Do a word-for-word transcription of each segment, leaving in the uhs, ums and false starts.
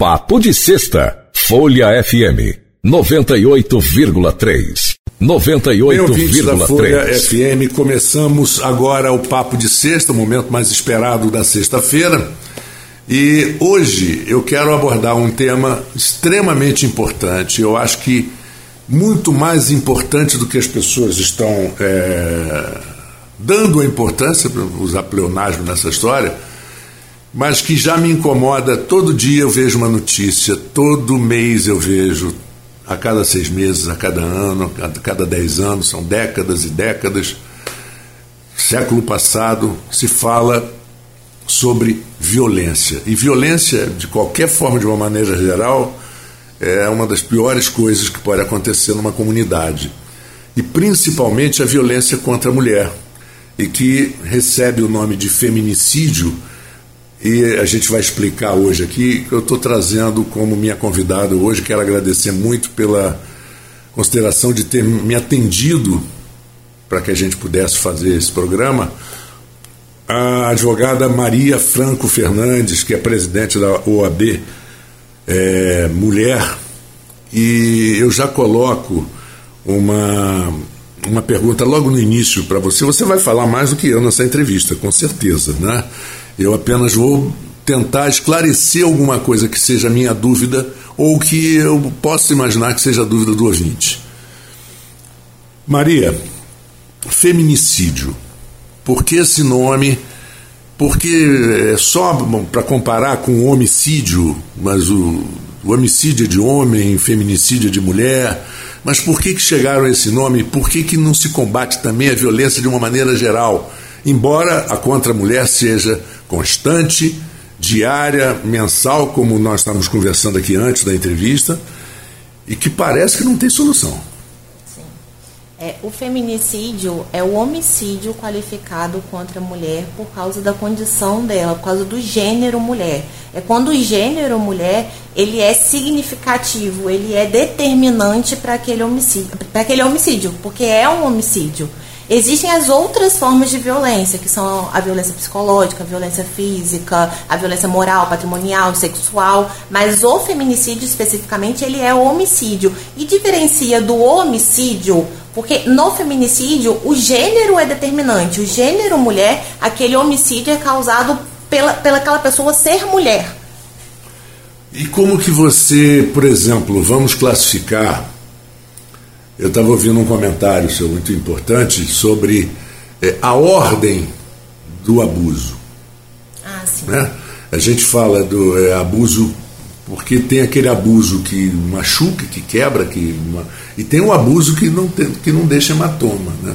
Papo de Sexta, Folha F M, noventa e oito vírgula três. noventa e oito vírgula três. Da Folha F M, começamos agora o Papo de Sexta, o momento mais esperado da sexta-feira. E hoje eu quero abordar um tema extremamente importante. Eu acho que muito mais importante do que as pessoas estão é, dando a importância, para usar pleonasmo nessa história, mas que já me incomoda. Todo dia eu vejo uma notícia, todo mês eu vejo, a cada seis meses, a cada ano, a cada dez anos, são décadas e décadas. Século passado se fala sobre violência. E violência, de qualquer forma, de uma maneira geral, é uma das piores coisas que pode acontecer numa comunidade. E principalmente a violência contra a mulher, e que recebe o nome de feminicídio. E a gente vai explicar hoje aqui. Eu estou trazendo como minha convidada hoje, quero agradecer muito pela consideração de ter me atendido para que a gente pudesse fazer esse programa, a advogada Maria Franco Fernandes, que é presidente da O A B é, Mulher. E eu já coloco uma, uma pergunta logo no início para você. Você vai falar mais do que eu nessa entrevista, com certeza, né? Eu apenas vou tentar esclarecer alguma coisa que seja minha dúvida ou que eu possa imaginar que seja a dúvida do ouvinte. Maria, feminicídio. Por que esse nome? Porque é só para comparar com o homicídio, mas o, o homicídio é de homem, feminicídio é de mulher. Mas por que que chegaram a esse nome? Por que que não se combate também a violência de uma maneira geral? Embora a contra a mulher seja constante, diária, mensal, como nós estávamos conversando aqui antes da entrevista, e que parece que não tem solução. Sim. É, o feminicídio é o homicídio qualificado contra a mulher por causa da condição dela, por causa do gênero mulher. É quando o gênero mulher ele é significativo, ele é determinante para aquele homicídio, para aquele homicídio, porque é um homicídio. Existem as outras formas de violência, que são a violência psicológica, a violência física, a violência moral, patrimonial, sexual, mas o feminicídio especificamente ele é o homicídio. E diferencia do homicídio, porque no feminicídio o gênero é determinante, o gênero mulher, aquele homicídio é causado pela, pela aquela pessoa ser mulher. E como que você, por exemplo, vamos classificar... Eu estava ouvindo um comentário seu muito importante sobre é, a ordem do abuso. Ah, sim. Né? A gente fala do é, abuso porque tem aquele abuso que machuca, que quebra, que, e tem um abuso que não, tem, que não deixa hematoma, né?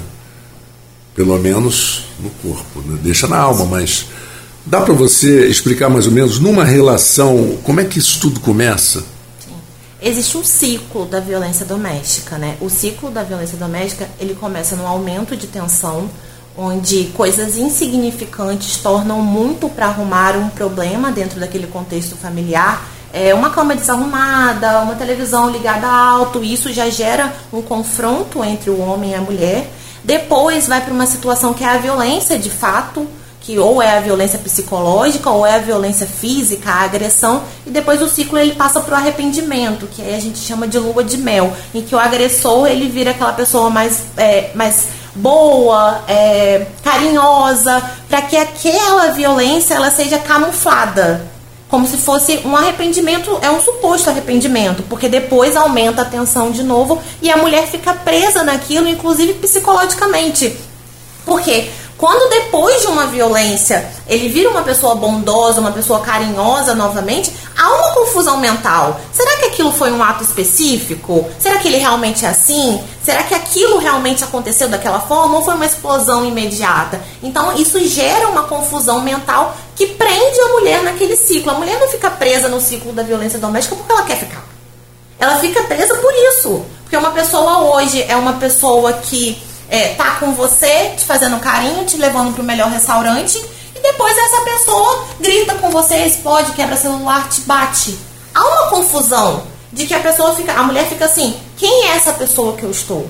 Pelo menos no corpo, né? Deixa na alma, mas dá para você explicar mais ou menos numa relação, como é que isso tudo começa? Existe um ciclo da violência doméstica, né? O ciclo da violência doméstica, ele começa no aumento de tensão, onde coisas insignificantes tornam muito para arrumar um problema dentro daquele contexto familiar. É uma cama desarrumada, uma televisão ligada alto, isso já gera um confronto entre o homem e a mulher. Depois vai para uma situação que é a violência de fato, que ou é a violência psicológica ou é a violência física, a agressão, e depois o ciclo ele passa para o arrependimento, que aí a gente chama de lua de mel, em que o agressor ele vira aquela pessoa mais, é, mais boa, é, carinhosa, para que aquela violência ela seja camuflada, como se fosse um arrependimento, é um suposto arrependimento, porque depois aumenta a tensão de novo e a mulher fica presa naquilo, inclusive psicologicamente. Por quê? Quando depois de uma violência ele vira uma pessoa bondosa, uma pessoa carinhosa novamente, há uma confusão mental. Será que aquilo foi um ato específico? Será que ele realmente é assim? Será que aquilo realmente aconteceu daquela forma ou foi uma explosão imediata? Então isso gera uma confusão mental que prende a mulher naquele ciclo. A mulher não fica presa no ciclo da violência doméstica porque ela quer ficar. Ela fica presa por isso. Porque uma pessoa hoje é uma pessoa que É, tá com você, te fazendo um carinho, te levando pro melhor restaurante, e depois essa pessoa grita com você, explode, quebra celular, te bate. Há uma confusão de que a pessoa fica, a mulher fica assim, quem é essa pessoa que eu estou?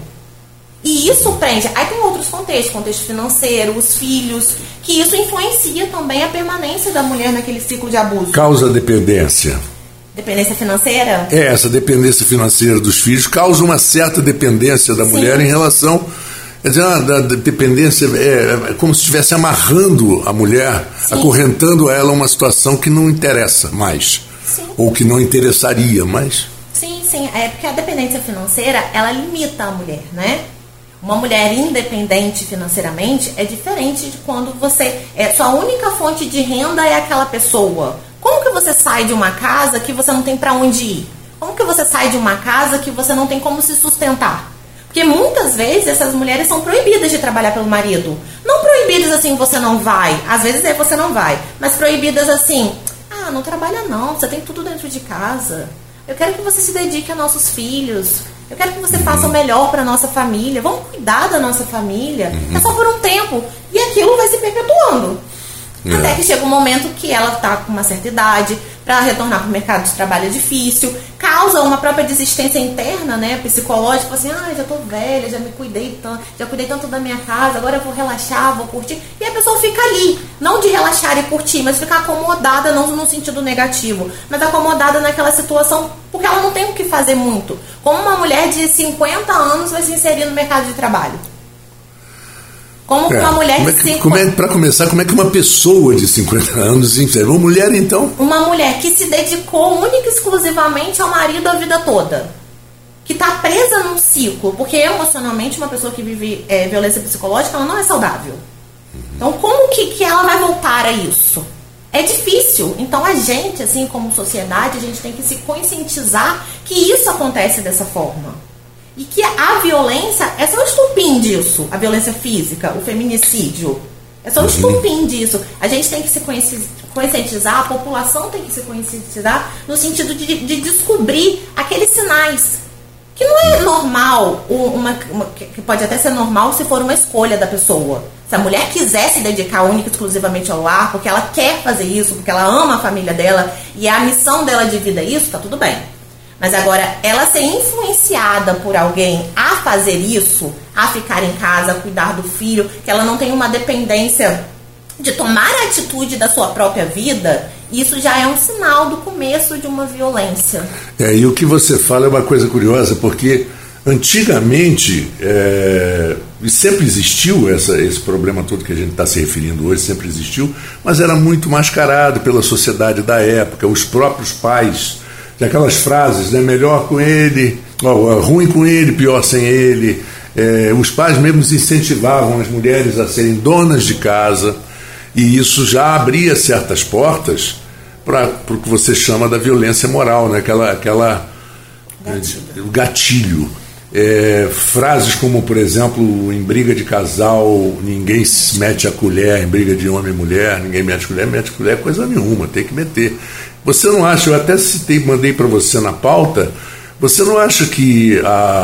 E isso prende. Aí tem outros contextos, contexto financeiro, os filhos, que isso influencia também a permanência da mulher naquele ciclo de abuso. Causa dependência. Dependência financeira? É, essa dependência financeira dos filhos causa uma certa dependência da mulher. Sim. Em relação... Quer dizer, a, a dependência é, é como se estivesse amarrando a mulher, sim, acorrentando a ela uma situação que não interessa mais. Sim. Ou que não interessaria mais. Sim, sim. É porque a dependência financeira, ela limita a mulher, né? Uma mulher independente financeiramente é diferente de quando você... É, sua única fonte de renda é aquela pessoa. Como que você sai de uma casa que você não tem para onde ir? Como que você sai de uma casa que você não tem como se sustentar? Porque muitas vezes essas mulheres são proibidas de trabalhar pelo marido. Não proibidas assim, você não vai. Às vezes é você não vai. Mas proibidas assim, ah, não trabalha não, você tem tudo dentro de casa. Eu quero que você se dedique a nossos filhos. Eu quero que você faça o melhor para a nossa família. Vamos cuidar da nossa família. Uhum. É só por um tempo. E aquilo vai se perpetuando. É. Até que chega um momento que ela está com uma certa idade, para retornar para o mercado de trabalho é difícil, causa uma própria desistência interna, né, psicológica, assim, ah, já estou velha, já me cuidei tanto, já cuidei tanto da minha casa, agora eu vou relaxar, vou curtir, e a pessoa fica ali, não de relaxar e curtir, mas ficar acomodada, não no sentido negativo, mas acomodada naquela situação, porque ela não tem o que fazer muito. Como uma mulher de cinquenta anos vai se inserir no mercado de trabalho? Como é, uma mulher como é de que, como é, para começar, como é que uma pessoa de cinquenta anos, uma mulher então? Uma mulher que se dedicou única e exclusivamente ao marido a vida toda. Que está presa num ciclo. Porque emocionalmente uma pessoa que vive é, violência psicológica, ela não é saudável. Uhum. Então como que, que ela vai voltar a isso? É difícil. Então a gente, assim como sociedade, a gente tem que se conscientizar que isso acontece dessa forma. E que a violência é só o estupim disso. A violência física, o feminicídio. É só o estupim disso. A gente tem que se conscientizar, a população tem que se conscientizar no sentido de, de descobrir aqueles sinais. Que não é normal, uma, uma, que pode até ser normal se for uma escolha da pessoa. Se a mulher quiser se dedicar única e exclusivamente ao lar, porque ela quer fazer isso, porque ela ama a família dela e a missão dela de vida é isso, tá tudo bem. Mas agora, ela ser influenciada por alguém a fazer isso, a ficar em casa, a cuidar do filho, que ela não tem uma dependência de tomar a atitude da sua própria vida, isso já é um sinal do começo de uma violência. É, e o que você fala é uma coisa curiosa, porque antigamente, é, e sempre existiu essa, esse problema todo que a gente está se referindo hoje, sempre existiu, mas era muito mascarado pela sociedade da época, os próprios pais... Aquelas frases, né? Melhor com ele, ó, ruim com ele, pior sem ele. É, os pais mesmo incentivavam as mulheres a serem donas de casa, e isso já abria certas portas para o que você chama da violência moral, né? Aquela, aquela gatilho. O gatilho. É, frases como, por exemplo, em briga de casal, ninguém se mete a colher, em briga de homem e mulher, ninguém mete a colher, mete a colher, coisa nenhuma, tem que meter. Você não acha, eu até citei, mandei para você na pauta, você não acha que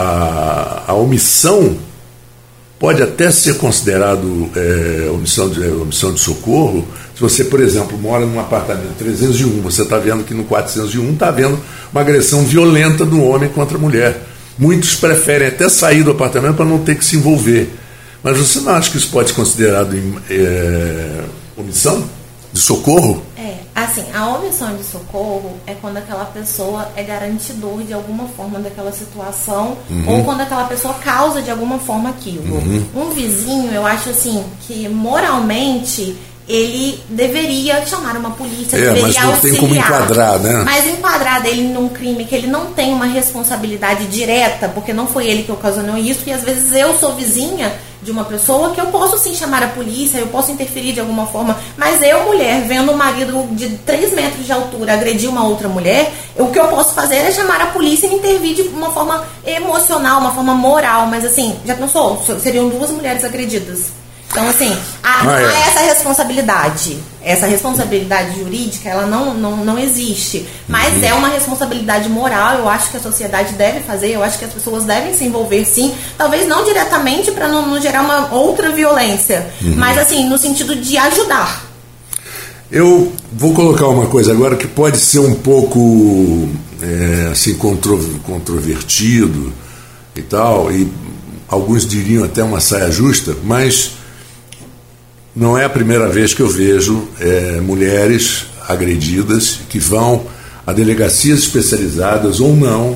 a, a omissão pode até ser considerado é, omissão, de, omissão de socorro? Se você, por exemplo, mora num apartamento trezentos e um, você está vendo que no quatrocentos e um está havendo uma agressão violenta do homem contra a mulher. Muitos preferem até sair do apartamento para não ter que se envolver. Mas você não acha que isso pode ser considerado é, omissão de socorro? É, assim, a omissão de socorro é quando aquela pessoa é garantidor de alguma forma daquela situação, uhum, ou quando aquela pessoa causa de alguma forma aquilo. Uhum. Um vizinho, eu acho assim, que moralmente ele deveria chamar uma polícia, é, deveria mas não auxiliar, tem como enquadrar, né? Mas enquadrar dele num crime que ele não tem uma responsabilidade direta, porque não foi ele que ocasionou isso, e às vezes eu sou vizinha de uma pessoa que eu posso sim chamar a polícia, eu posso interferir de alguma forma, mas eu, mulher, vendo um marido de três metros de altura agredir uma outra mulher, o que eu posso fazer é chamar a polícia e intervir de uma forma emocional, uma forma moral, mas assim, já pensou? Seriam duas mulheres agredidas. Então, assim, há, ah, é. há essa responsabilidade. Essa responsabilidade jurídica, ela não, não, não existe. Mas uhum. é uma responsabilidade moral, eu acho que a sociedade deve fazer, eu acho que as pessoas devem se envolver, sim. Talvez não diretamente para não, não gerar uma outra violência, uhum. mas, assim, no sentido de ajudar. Eu vou colocar uma coisa agora que pode ser um pouco, é, assim, contro, controvertido e tal, e alguns diriam até uma saia justa, mas... não é a primeira vez que eu vejo é, mulheres agredidas que vão a delegacias especializadas ou não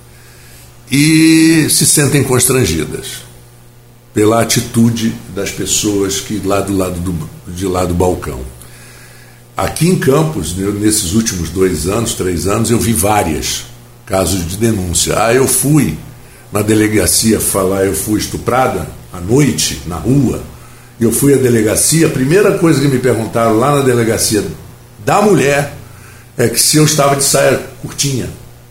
e se sentem constrangidas pela atitude das pessoas que lá do lado do, de lá do balcão. Aqui em Campos, nesses últimos dois anos, três anos, eu vi várias casos de denúncia. Ah, eu fui na delegacia falar, eu fui estuprada à noite, na rua, eu fui à delegacia, a primeira coisa que me perguntaram lá na delegacia da mulher é que se eu estava de saia curtinha,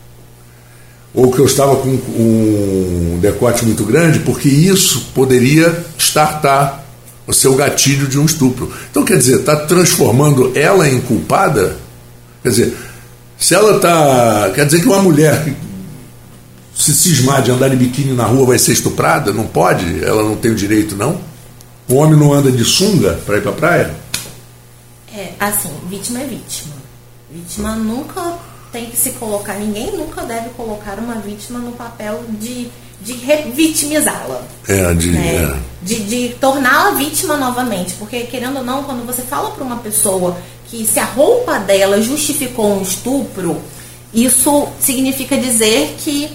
ou que eu estava com um decote muito grande, porque isso poderia startar o seu gatilho de um estupro. Então, quer dizer, está transformando ela em culpada? Quer dizer, se ela está... Quer dizer que uma mulher se cismar de andar de biquíni na rua vai ser estuprada? Não pode? Ela não tem o direito, não? O homem não anda de sunga para ir para a praia? É, assim, vítima é vítima. Vítima nunca tem que se colocar, ninguém nunca deve colocar uma vítima no papel de, de revitimizá-la. É, de, né? é. de, de torná-la vítima novamente. Porque, querendo ou não, quando você fala para uma pessoa que se a roupa dela justificou um estupro, isso significa dizer que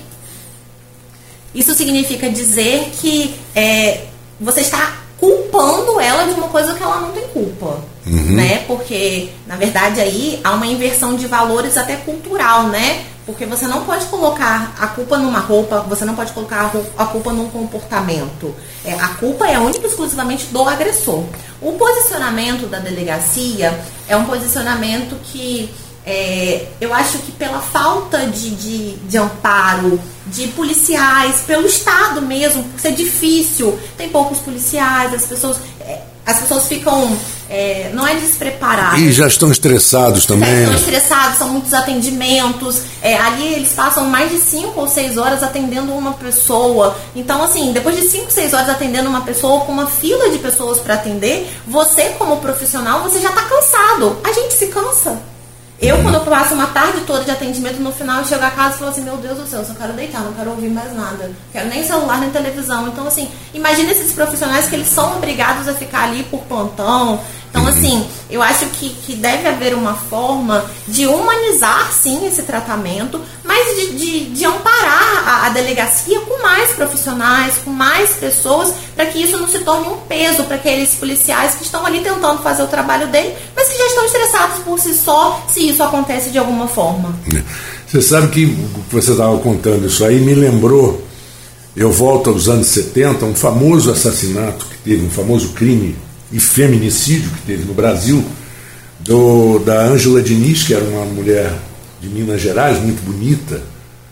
isso significa dizer que é, você está culpando ela de uma coisa que ela não tem culpa. Uhum. Né? Porque, na verdade, aí há uma inversão de valores até cultural, né? Porque você não pode colocar a culpa numa roupa, você não pode colocar a, roupa, a culpa num comportamento. É, a culpa é única e exclusivamente do agressor. O posicionamento da delegacia é um posicionamento que é, eu acho que pela falta de, de, de amparo de policiais, pelo Estado mesmo, porque isso é difícil, tem poucos policiais, as pessoas... É, as pessoas ficam, é, não é despreparadas. E já estão estressados também. Já estão estressados, são muitos atendimentos. É, ali eles passam mais de cinco ou seis horas atendendo uma pessoa. Então, assim, depois de cinco, seis horas atendendo uma pessoa com uma fila de pessoas para atender, você como profissional, você já está cansado. A gente se cansa. Eu, quando eu passo uma tarde toda de atendimento, no final eu chego a casa e falo assim, meu Deus do céu, eu só quero deitar, não quero ouvir mais nada. Não quero nem celular, nem televisão. Então, assim, imagina esses profissionais que eles são obrigados a ficar ali por plantão. Então, assim, eu acho que, que deve haver uma forma de humanizar, sim, esse tratamento, mas de, de, de amparar a, a delegacia com mais profissionais, com mais pessoas, para que isso não se torne um peso para aqueles policiais que estão ali tentando fazer o trabalho dele, mas que já estão estressados por si só, se isso acontece de alguma forma. Você sabe que você estava contando isso aí, me lembrou, eu volto aos anos setenta, um famoso assassinato que teve, um famoso crime e feminicídio que teve no Brasil, do, da Ângela Diniz, que era uma mulher de Minas Gerais, muito bonita,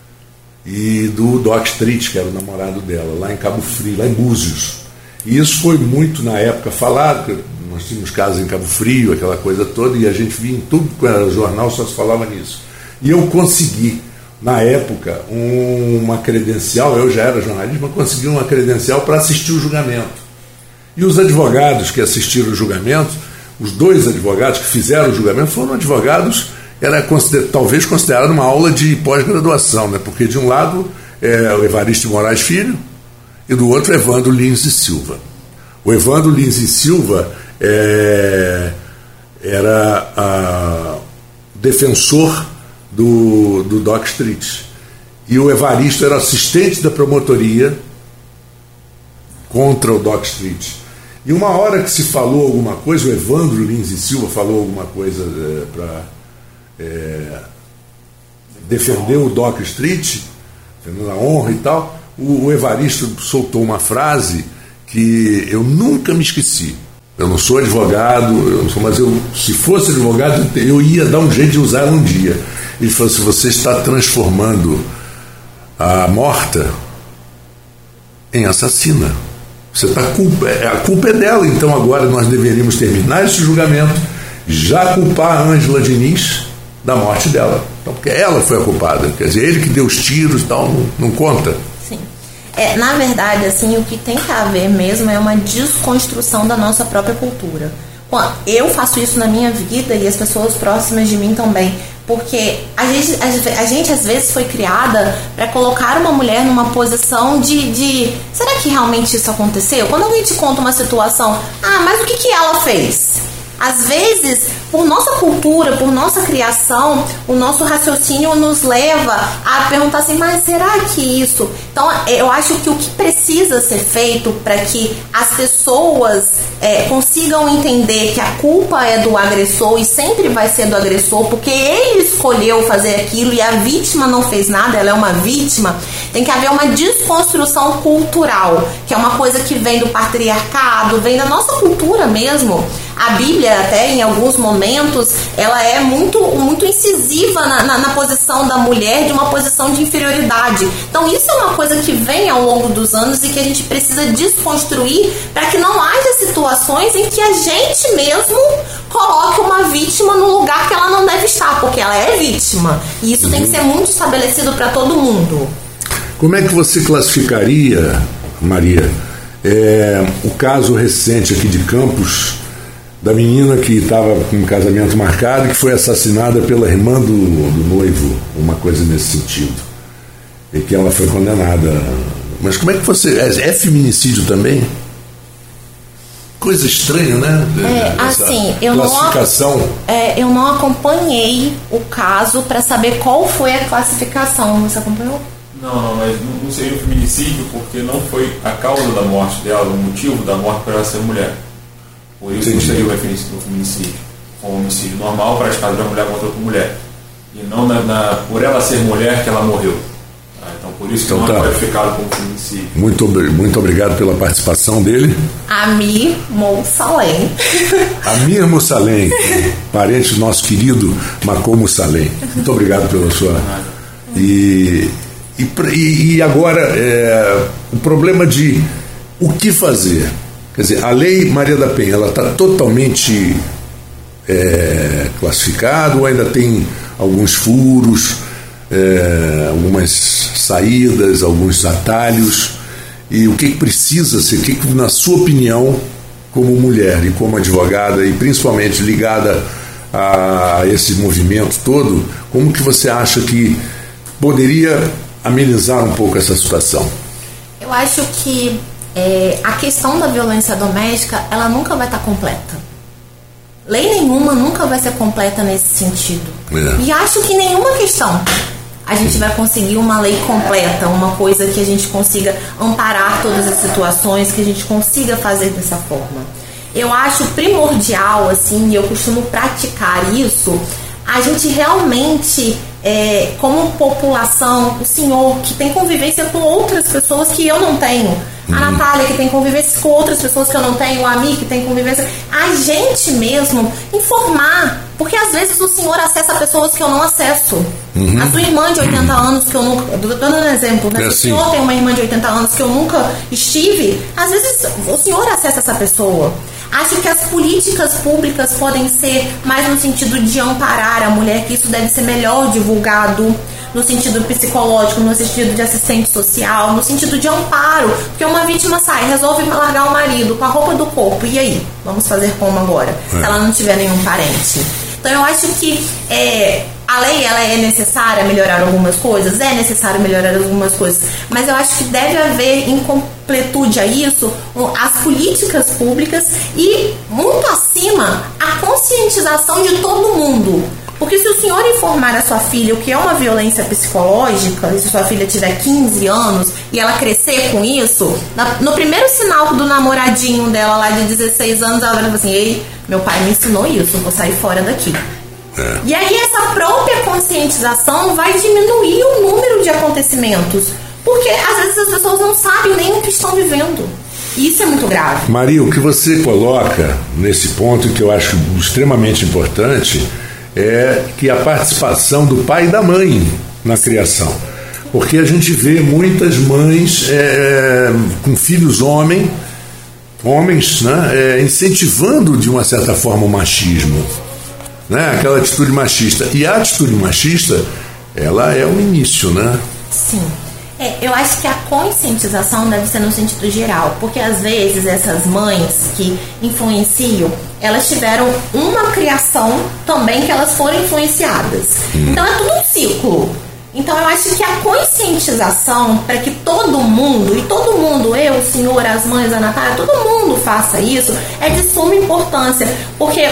e do Doc Street, que era o namorado dela, lá em Cabo Frio, lá em Búzios. E isso foi muito, na época, falado, nós tínhamos casas em Cabo Frio, aquela coisa toda, e a gente via em tudo que era jornal, só se falava nisso. E eu consegui, na época, um, uma credencial, eu já era jornalista, mas consegui uma credencial para assistir o julgamento. E os advogados que assistiram o julgamento, os dois advogados que fizeram o julgamento, foram advogados, era consider, talvez considerado uma aula de pós-graduação, né? Porque de um lado é o Evaristo de Moraes Filho e do outro Evandro Lins e Silva. O Evandro Lins e Silva é, era a, defensor do, do Doc Street. E o Evaristo era assistente da promotoria contra o Doc Street. E uma hora que se falou alguma coisa, o Evandro Lins e Silva falou alguma coisa é, para é, defender o Doc Street, defendendo a honra e tal, o, o Evaristo soltou uma frase que eu nunca me esqueci. Eu não sou advogado, eu não sou, mas eu, se fosse advogado, eu ia dar um jeito de usar ela um dia. Ele falou assim, você está transformando a morta em assassina. Você tá culpa, a culpa é dela, então agora nós deveríamos terminar esse julgamento, já culpar a Ângela Diniz da morte dela. Então, porque ela foi a culpada, quer dizer, ele que deu os tiros e tal, não, não conta. Sim. É, na verdade, assim, o que tem que haver mesmo é uma desconstrução da nossa própria cultura. Eu faço isso na minha vida e as pessoas próximas de mim também. Porque a gente, a, a gente às vezes foi criada para colocar uma mulher numa posição de, de... Será que realmente isso aconteceu? Quando alguém te conta uma situação, ah, mas o que, que ela fez? Às vezes, por nossa cultura, por nossa criação, o nosso raciocínio nos leva a perguntar assim, mas será que isso? Então, eu acho que o que precisa ser feito para que as pessoas é, consigam entender que a culpa é do agressor e sempre vai ser do agressor, porque ele escolheu fazer aquilo e a vítima não fez nada, ela é uma vítima, tem que haver uma desconstrução cultural, que é uma coisa que vem do patriarcado, vem da nossa cultura mesmo. A Bíblia, até em alguns momentos, ela é muito, muito incisiva na, na, na posição da mulher, de uma posição de inferioridade. Então isso é uma coisa que vem ao longo dos anos e que a gente precisa desconstruir para que não haja situações em que a gente mesmo coloque uma vítima no lugar que ela não deve estar, porque ela é vítima. E isso tem que ser muito estabelecido para todo mundo. Como é que você classificaria, Maria, é, o caso recente aqui de Campos, da menina que estava com um casamento marcado e que foi assassinada pela irmã do, do noivo, uma coisa nesse sentido, e que ela foi condenada. Mas como é que você... É, é feminicídio também? Coisa estranha, né? É, assim, eu classificação. Não, é, eu não acompanhei o caso para saber qual foi a classificação. Você acompanhou? Não, não, mas não seria um feminicídio porque não foi a causa da morte dela, o motivo da morte por ela ser mulher. Por isso não seria o feminicídio. Foi um homicídio normal praticado de uma mulher contra outra mulher. E não na, na, por ela ser mulher que ela morreu. Ah, então por isso que então, não é qualificado como feminicídio. Muito, muito obrigado pela participação dele. Amir Moussalem. Amir Moussalem, parente do nosso querido Macô Moussalem. Muito obrigado pela sua... E, e, e agora, é, o problema de o que fazer. Quer dizer, a lei Maria da Penha, ela está totalmente é, classificada ou ainda tem alguns furos, é, algumas saídas, alguns atalhos? E o que, que precisa ser, o que, que, na sua opinião, como mulher e como advogada, e principalmente ligada a esse movimento todo, como que você acha que poderia amenizar um pouco essa situação? Eu acho que É, a questão da violência doméstica, ela nunca vai estar completa. Lei nenhuma nunca vai ser completa nesse sentido. É. E acho que nenhuma questão a gente vai conseguir uma lei completa, uma coisa que a gente consiga amparar todas as situações, que a gente consiga fazer dessa forma. Eu acho primordial, assim, e eu costumo praticar isso, a gente realmente, é, como população, o senhor que tem convivência com outras pessoas que eu não tenho, a Natália que tem convivência com outras pessoas que eu não tenho, o Ami que tem convivência, a gente mesmo informar, porque às vezes o senhor acessa pessoas que eu não acesso. Uhum. A sua irmã de oitenta anos que eu nunca, dando um exemplo, né? É assim. O senhor tem uma irmã de oitenta anos que eu nunca estive, às vezes o senhor acessa essa pessoa. Acho que as políticas públicas podem ser mais no sentido de amparar a mulher, que isso deve ser melhor divulgado, no sentido psicológico, no sentido de assistente social, no sentido de amparo, porque uma vítima sai, resolve largar o marido com a roupa do corpo, e aí? Vamos fazer como agora? É. Se ela não tiver nenhum parente. Então eu acho que é, a lei ela é necessária melhorar algumas coisas, é necessário melhorar algumas coisas, mas eu acho que deve haver, em completude a isso, as políticas públicas e, muito acima, a conscientização de todo mundo. Porque se o senhor informar a sua filha o que é uma violência psicológica, e se sua filha tiver quinze anos e ela crescer com isso, na, no primeiro sinal do namoradinho dela lá de dezesseis anos, ela vai falar assim: ei, meu pai me ensinou isso, eu vou sair fora daqui. É. E aí essa própria conscientização vai diminuir o número de acontecimentos, porque às vezes as pessoas não sabem nem o que estão vivendo. E isso é muito grave. Maria, o que você coloca nesse ponto, que eu acho extremamente importante, é que a participação do pai e da mãe na criação. Porque a gente vê muitas mães é, com filhos homem, homens, né, é, incentivando de uma certa forma o machismo, né, aquela atitude machista. E a atitude machista, ela é o início, né? Sim. É, eu acho que a conscientização deve ser no sentido geral, porque às vezes essas mães que influenciam, elas tiveram uma criação também que elas foram influenciadas. Hum. Então é tudo um ciclo. Então eu acho que a conscientização para que todo mundo, e todo mundo, eu, o senhor, as mães, a Natália, todo mundo faça isso, é de suma importância, porque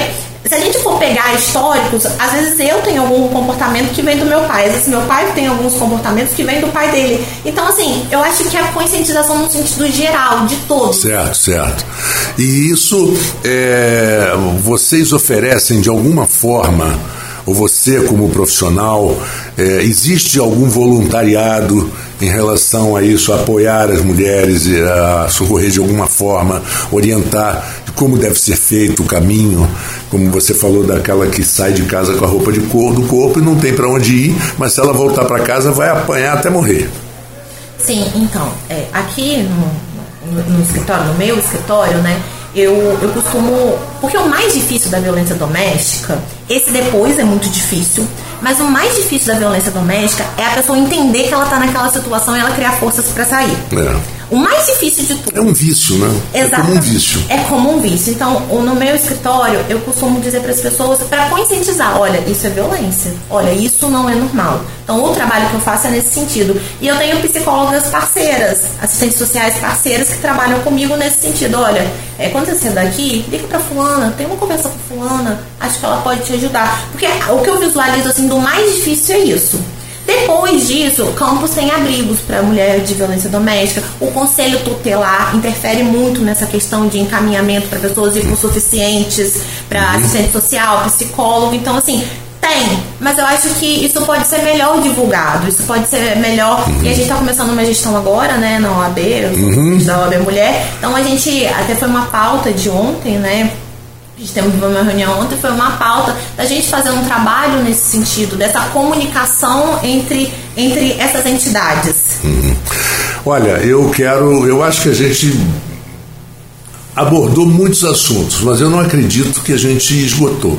se a gente for pegar históricos, às vezes eu tenho algum comportamento que vem do meu pai, às vezes meu pai tem alguns comportamentos que vem do pai dele. Então, assim, eu acho que a conscientização no sentido geral, de todos. Certo, certo. E isso, é, vocês oferecem de alguma forma, ou você como profissional, é, existe algum voluntariado em relação a isso, a apoiar as mulheres, a socorrer de alguma forma, orientar de como deve ser feito o caminho, como você falou daquela que sai de casa com a roupa de cor, do corpo e não tem para onde ir, mas se ela voltar para casa vai apanhar até morrer. Sim, então, é, aqui no, no, no escritório, no meu escritório, né, eu, eu costumo... Porque o mais difícil da violência doméstica, esse depois é muito difícil, mas o mais difícil da violência doméstica é a pessoa entender que ela está naquela situação e ela criar forças para sair. É. O mais difícil de tudo. É um vício, né? Exato. É como um vício. É como um vício. Então, no meu escritório, eu costumo dizer para as pessoas, para conscientizar, olha, isso é violência. Olha, isso não é normal. Então, o trabalho que eu faço é nesse sentido. E eu tenho psicólogas parceiras, assistentes sociais parceiras que trabalham comigo nesse sentido. Olha, é, quando você sair daqui, liga para fulana, tem uma conversa com fulana, acho que ela pode te ajudar. Porque o que eu visualizo, assim, do mais difícil é isso. Depois disso, Campos tem abrigos para mulher de violência doméstica. O conselho tutelar interfere muito nessa questão de encaminhamento para pessoas hipossuficientes, para uhum. assistente social, psicólogo. Então, assim, tem. Mas eu acho que isso pode ser melhor divulgado. Isso pode ser melhor. Uhum. E a gente está começando uma gestão agora, né, na O A B, uhum. da O A B Mulher. Então, a gente, até foi uma pauta de ontem, né? A gente teve uma reunião ontem, foi uma pauta da gente fazer um trabalho nesse sentido, dessa comunicação entre, entre essas entidades. Hum. Olha, eu quero, eu acho que a gente abordou muitos assuntos, mas eu não acredito que a gente esgotou.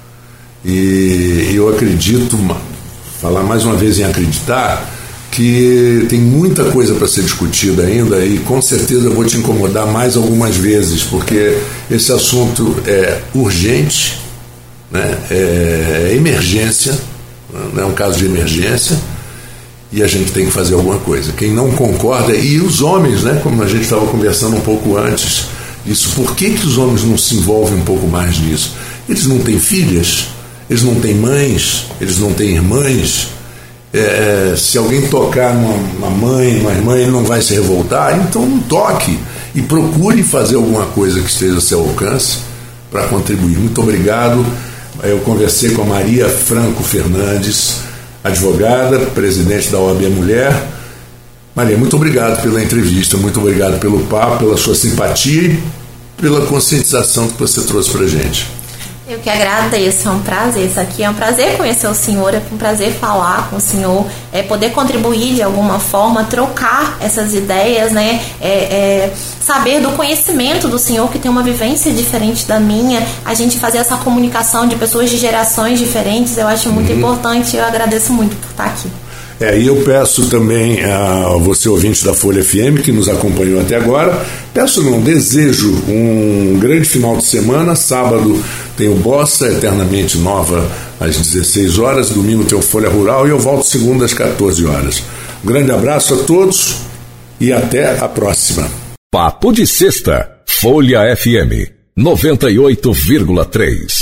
E eu acredito, falar mais uma vez em acreditar, que tem muita coisa para ser discutida ainda e com certeza eu vou te incomodar mais algumas vezes, porque esse assunto é urgente, né? É emergência, é um caso de emergência e a gente tem que fazer alguma coisa. Quem não concorda, e os homens, né? Como a gente estava conversando um pouco antes, isso, por que, que os homens não se envolvem um pouco mais nisso? Eles não têm filhas, eles não têm mães, eles não têm irmãs. É, se alguém tocar numa, numa mãe, numa irmã, ele não vai se revoltar, então não toque e procure fazer alguma coisa que esteja a seu alcance para contribuir. Muito obrigado. Eu conversei com a Maria Franco Fernandes, advogada, presidente da O A B Mulher. Maria, muito obrigado pela entrevista, muito obrigado pelo papo, pela sua simpatia e pela conscientização que você trouxe para a gente. Eu que agradeço, é um prazer isso aqui, é um prazer conhecer o senhor, é um prazer falar com o senhor, é poder contribuir de alguma forma, trocar essas ideias, né, é, é, saber do conhecimento do senhor que tem uma vivência diferente da minha, a gente fazer essa comunicação de pessoas de gerações diferentes, eu acho muito uhum. importante e eu agradeço muito por estar aqui. É, e eu peço também a você, ouvinte da Folha F M, que nos acompanhou até agora, peço não, desejo um grande final de semana. Sábado tem o Bossa, Eternamente Nova, às dezesseis horas, domingo tem o Folha Rural e eu volto segunda às quatorze horas. Um grande abraço a todos e até a próxima. Papo de Sexta, Folha F M, noventa e oito vírgula três.